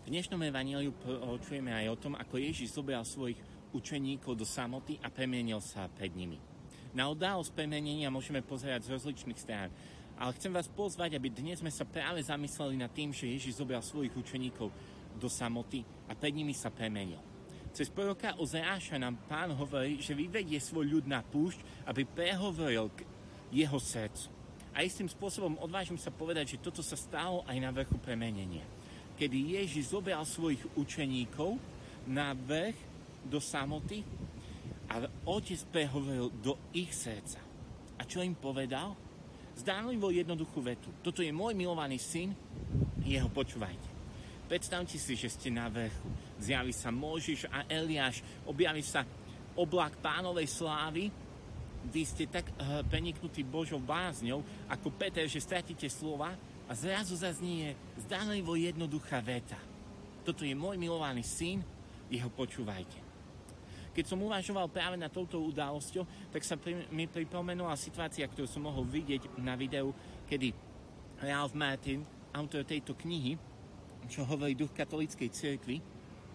V dnešnom evanjeliu počujeme aj o tom, ako Ježiš zobral svojich učeníkov do samoty a premienil sa pred nimi. Na udalosť premenenia môžeme pozerať z rozličných strán, ale chcem vás pozvať, aby dnes sme sa práve zamysleli nad tým, že Ježiš zobral svojich učeníkov do samoty a pred nimi sa premenil. Cez proroka Ozeáša nám Pán hovorí, že vyvedie svoj ľud na púšť, aby prehovoril k jeho srdcu. A istým spôsobom odvážim sa povedať, že toto sa stalo aj na vrchu premenenia. Kedy Ježiš zobral svojich učeníkov na vrch do samoty a Otec prehovoril do ich srdca. A čo im povedal? Zdánlivo jednoduchú vetu. Toto je môj milovaný syn, jeho počúvajte. Predstavte si, že ste na vrchu. Zjaví sa Mojžiš a Eliáš, objaví sa oblak Pánovej slávy. Vy ste tak preniknutí Božou bázňou, ako Peter, že stratíte slova a zrazu zaznie zdánlivo jednoduchá veta. Toto je môj milovaný syn, jeho počúvajte. Keď som uvažoval práve na touto udalosťou, tak sa mi pripomenula situácia, ktorú som mohol vidieť na videu, kedy Ralph Martin, autor tejto knihy, čo hovorí duch katolíckej cirkvi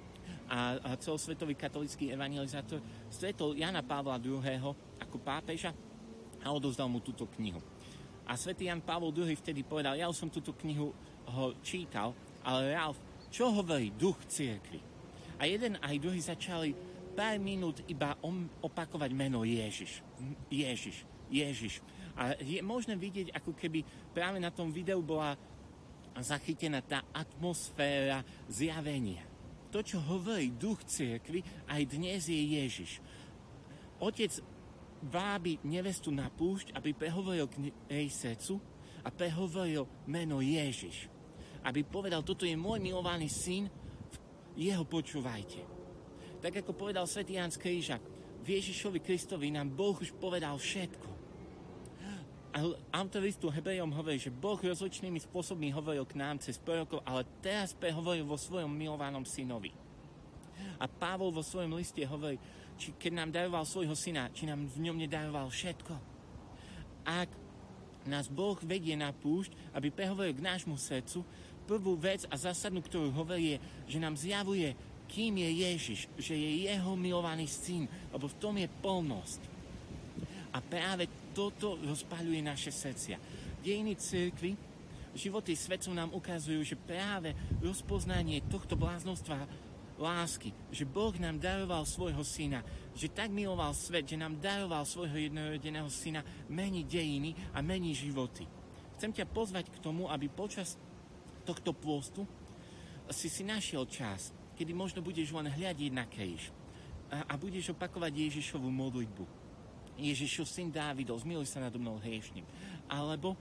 a celosvetový katolícky evangelizátor, stretol Jana Pavla II. Ako pápeža a odovzdal mu túto knihu. A svätý Jan Pavol II vtedy povedal, ja už som túto knihu čítal, ale Ralf, čo hovorí duch cirkvi? A jeden aj druhý začali pár minút iba opakovať meno Ježiš. Ježiš, Ježiš. A je možné vidieť, ako keby práve na tom videu bola zachytená tá atmosféra zjavenia. To, čo hovorí duch cirkvi, aj dnes je Ježiš. Otec vábi nevestu na púšť, aby prehovoril k jej srdcu a prehovoril meno Ježiš. Aby povedal, toto je môj milovaný syn, jeho počúvajte. Tak ako povedal svätý Ján z Kríža, v Ježišovi Kristovi nám Boh už povedal všetko. A autor listu Hebrejom hovorí, že Boh rozličnými spôsobmi hovoril k nám cez prorokov, ale teraz prehovoril vo svojom milovanom synovi. A Pavol vo svojom liste hovorí, či keď nám daroval svojho syna, či nám v ňom nedaroval všetko. Ak nás Boh vedie na púšť, aby prehovoril k nášmu srdcu, prvú vec a zásadnú, ktorú hovorí, je, že nám zjavuje, kým je Ježiš, že je jeho milovaný syn, lebo v tom je plnosť. A práve toto rozpaľuje naše srdcia. Dejiny cirkvi, životy svetcov nám ukazujú, že práve rozpoznanie tohto bláznostva lásky, že Boh nám daroval svojho syna, že tak miloval svet, že nám daroval svojho jednorodeného syna, mení dejiny a mení životy. Chcem ťa pozvať k tomu, aby počas tohto pôstu si našiel čas, kedy možno budeš len hľadiť na kríž a budeš opakovať Ježišovu modlitbu. Ježišu, syn Dávidov, zmiluj sa nado mnou hriešným. Alebo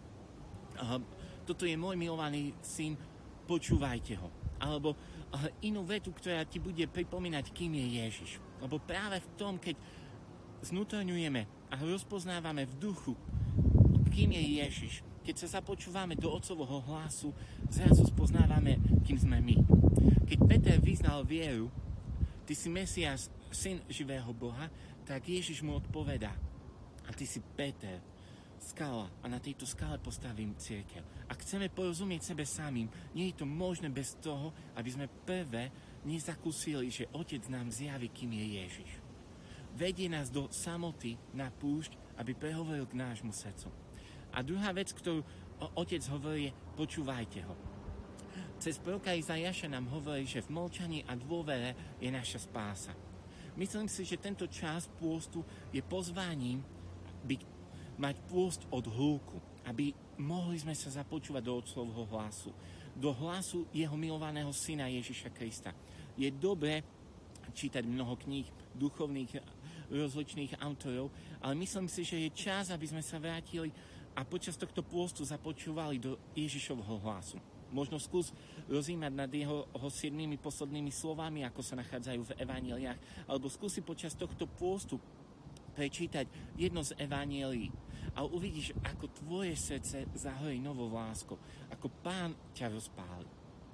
toto je môj milovaný syn, počúvajte ho. Alebo inú vetu, ktorá ti bude pripomínať, kým je Ježiš. Lebo práve v tom, keď znutorňujeme a rozpoznávame v duchu, kým je Ježiš, keď sa započúvame do Otcovho hlasu, zrazu spoznávame, kým sme my. Keď Peter vyznal vieru, ty si Mesiáš, syn živého Boha, tak Ježiš mu odpovedá, a ty si Peter, skala, a na tejto skale postavím cirkev. Ak chceme porozumieť sebe samým, nie je to možné bez toho, aby sme prvé nezakúsili, že Otec nám zjaví, kým je Ježiš. Vedie nás do samoty na púšť, aby prehovoril k nášmu srdcu. A druhá vec, ktorú Otec hovorí, je, počúvajte ho. Cez proroka Izaiáša nám hovorí, že v mlčaní a dôvere je naša spása. Myslím si, že tento čas pôstu je pozvaním mať pôst od hluku, aby mohli sme sa započúvať do Otcovho hlasu, do hlasu jeho milovaného syna Ježiša Krista. Je dobré čítať mnoho kníh duchovných rozličných autorov, ale myslím si, že je čas, aby sme sa vrátili a počas tohto pôstu započúvali do Ježišovho hlasu. Možno skús rozímať nad jeho 7 poslednými slovami, ako sa nachádzajú v evanjeliách, alebo skúsi počas tohto pôstu prečítať jedno z evanjelií a uvidíš, ako tvoje srdce zahorí novou láskou, ako Pán ťa rozpáli.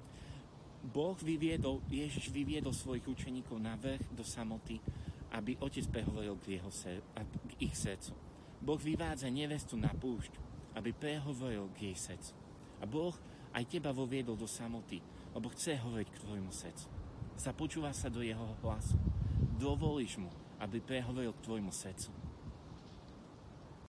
Ježiš vyviedol svojich učeníkov na vrch do samoty, aby Otec prehovoril k ich srdcu. Boh vyvádza nevestu na púšť, aby prehovoril k jej srdcu. A Boh aj teba voviedol do samoty, lebo chce hovoriť k tvojmu srdcu. Započúva sa do jeho hlasu. Dovolíš mu, aby prehovoril k tvojmu srdcu.